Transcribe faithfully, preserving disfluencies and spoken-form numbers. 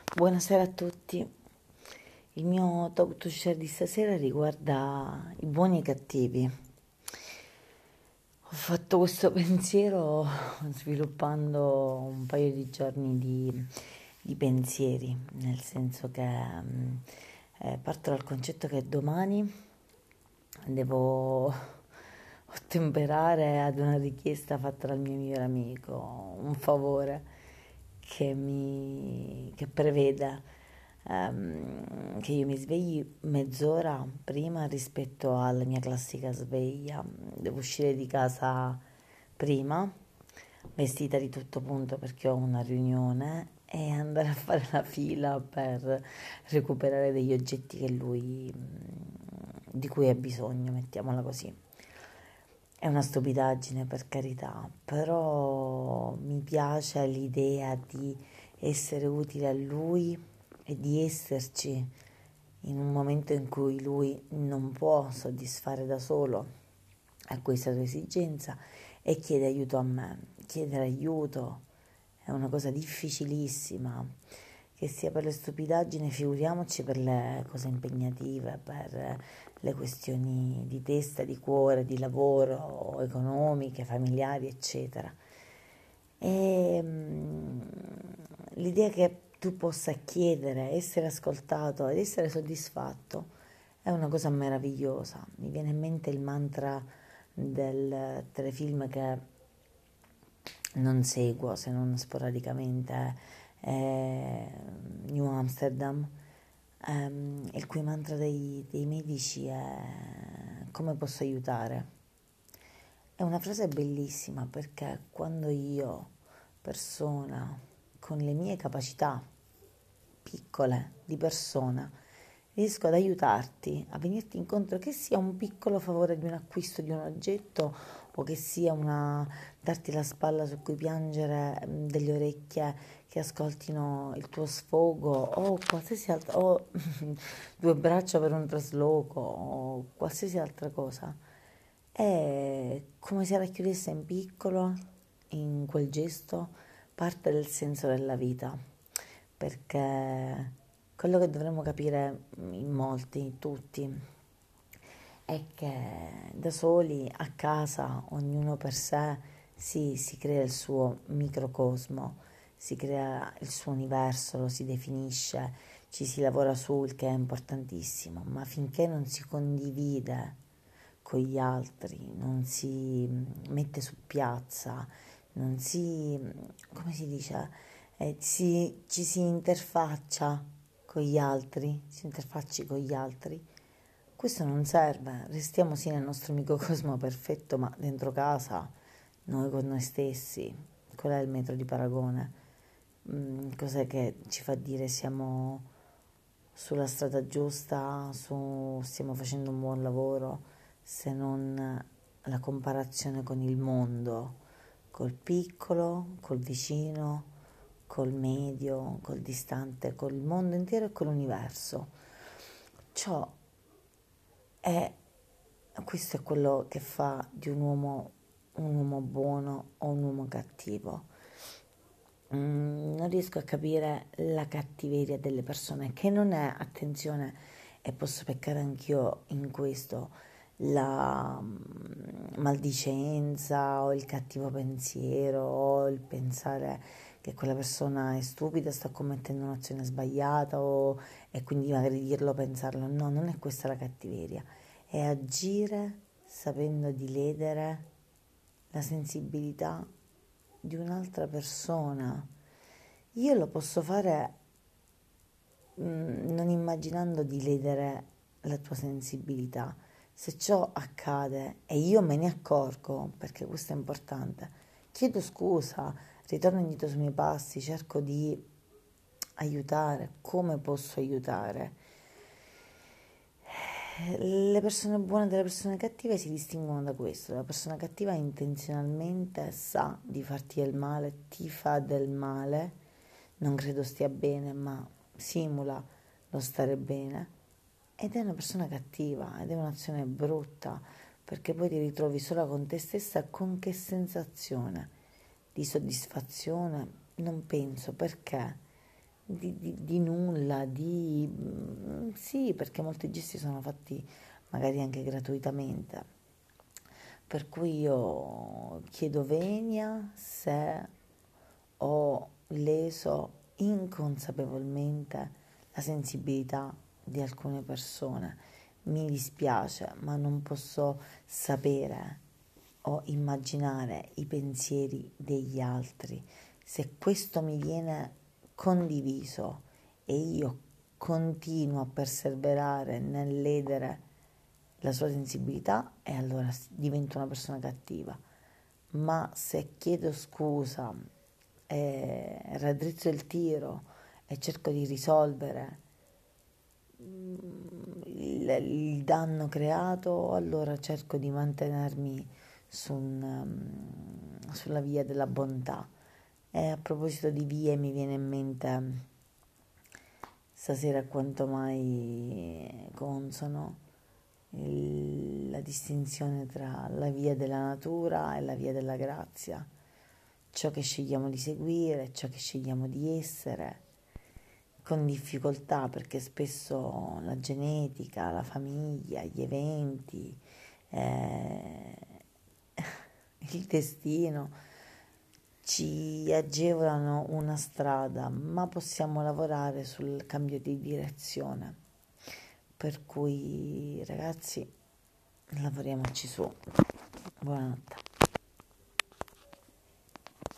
Buonasera a tutti. Il mio talk to share di stasera riguarda i buoni e i cattivi. Ho fatto questo pensiero sviluppando un paio di giorni di, di pensieri, nel senso che mm, eh, parto dal concetto che domani devo ottemperare ad una richiesta fatta dal mio migliore amico, un favore che mi che prevede ehm, che io mi svegli mezz'ora prima rispetto alla mia classica sveglia. Devo uscire di casa prima, vestita di tutto punto perché ho una riunione e andare a fare la fila per recuperare degli oggetti che lui, di cui ha bisogno, mettiamola così. È una stupidaggine per carità, però mi piace l'idea di essere utile a lui e di esserci in un momento in cui lui non può soddisfare da solo a questa sua esigenza e chiede aiuto a me. Chiedere aiuto è una cosa difficilissima, che sia per le stupidaggini, figuriamoci per le cose impegnative, per le questioni di testa, di cuore, di lavoro, economiche, familiari, eccetera. E mm, l'idea che tu possa chiedere, essere ascoltato ed essere soddisfatto è una cosa meravigliosa. Mi viene in mente il mantra del telefilm che non seguo se non sporadicamente, eh, New Amsterdam, ehm, il cui mantra dei, dei medici è come posso aiutare. È una frase bellissima perché quando io, persona, con le mie capacità piccole di persona, riesco ad aiutarti, a venirti incontro, che sia un piccolo favore di un acquisto di un oggetto o che sia una darti la spalla su cui piangere, mm, delle orecchie che ascoltino il tuo sfogo o qualsiasi altra, o due braccia per un trasloco o qualsiasi altra cosa. È come se racchiudesse in piccolo, in quel gesto, parte del senso della vita, perché quello che dovremmo capire in molti, tutti, è che da soli, a casa, ognuno per sé, sì, si crea il suo microcosmo, si crea il suo universo, lo si definisce, ci si lavora su, il che è importantissimo, ma finché non si condivide con gli altri, non si mette su piazza, non si, come si dice, eh, si- ci si interfaccia con gli altri, si interfacci con gli altri. Questo non serve, restiamo sì nel nostro microcosmo perfetto, ma dentro casa, noi con noi stessi, qual è il metro di paragone? Mm, cos'è che ci fa dire siamo sulla strada giusta, su, stiamo facendo un buon lavoro, se non la comparazione con il mondo, col piccolo, col vicino, col medio, col distante, col mondo intero e con l'universo. Ciò è, questo è quello che fa di un uomo un uomo buono o un uomo cattivo. Mm, non riesco a capire la cattiveria delle persone, che non è, attenzione, e posso peccare anch'io in questo, la mm, maldicenza o il cattivo pensiero o il pensare che quella persona è stupida, sta commettendo un'azione sbagliata o, e quindi magari dirlo, pensarlo. No, non è questa la cattiveria, è agire sapendo di ledere la sensibilità di un'altra persona. Io lo posso fare mm, non immaginando di ledere la tua sensibilità. Se ciò accade e io me ne accorgo, perché questo è importante, chiedo scusa, ritorno indietro sui miei passi, cerco di aiutare, come posso aiutare. Le persone buone dalle persone cattive si distinguono da questo. La persona cattiva intenzionalmente sa di farti del male, ti fa del male, non credo stia bene, ma simula lo stare bene. Ed è una persona cattiva ed è un'azione brutta, perché poi ti ritrovi sola con te stessa con che sensazione? Di soddisfazione? Non penso, perché? di, di- di nulla, di... mm, sì, perché molti gesti sono fatti magari anche gratuitamente. Per cui io chiedo venia se ho leso inconsapevolmente la sensibilità di alcune persone. Mi dispiace, ma non posso sapere o immaginare i pensieri degli altri. Se questo mi viene condiviso e io continuo a perseverare nel ledere la sua sensibilità, e allora divento una persona cattiva. Ma se chiedo scusa, e raddrizzo il tiro e cerco di risolvere il, il danno creato, allora cerco di mantenermi su un, um, sulla via della bontà. E a proposito di vie, mi viene in mente stasera quanto mai consono il- la distinzione tra la via della natura e la via della grazia, ciò che scegliamo di seguire, ciò che scegliamo di essere, con difficoltà perché spesso la genetica, la famiglia, gli eventi, eh, il destino ci agevolano una strada, ma possiamo lavorare sul cambio di direzione. Per cui ragazzi, lavoriamoci su. Buonanotte.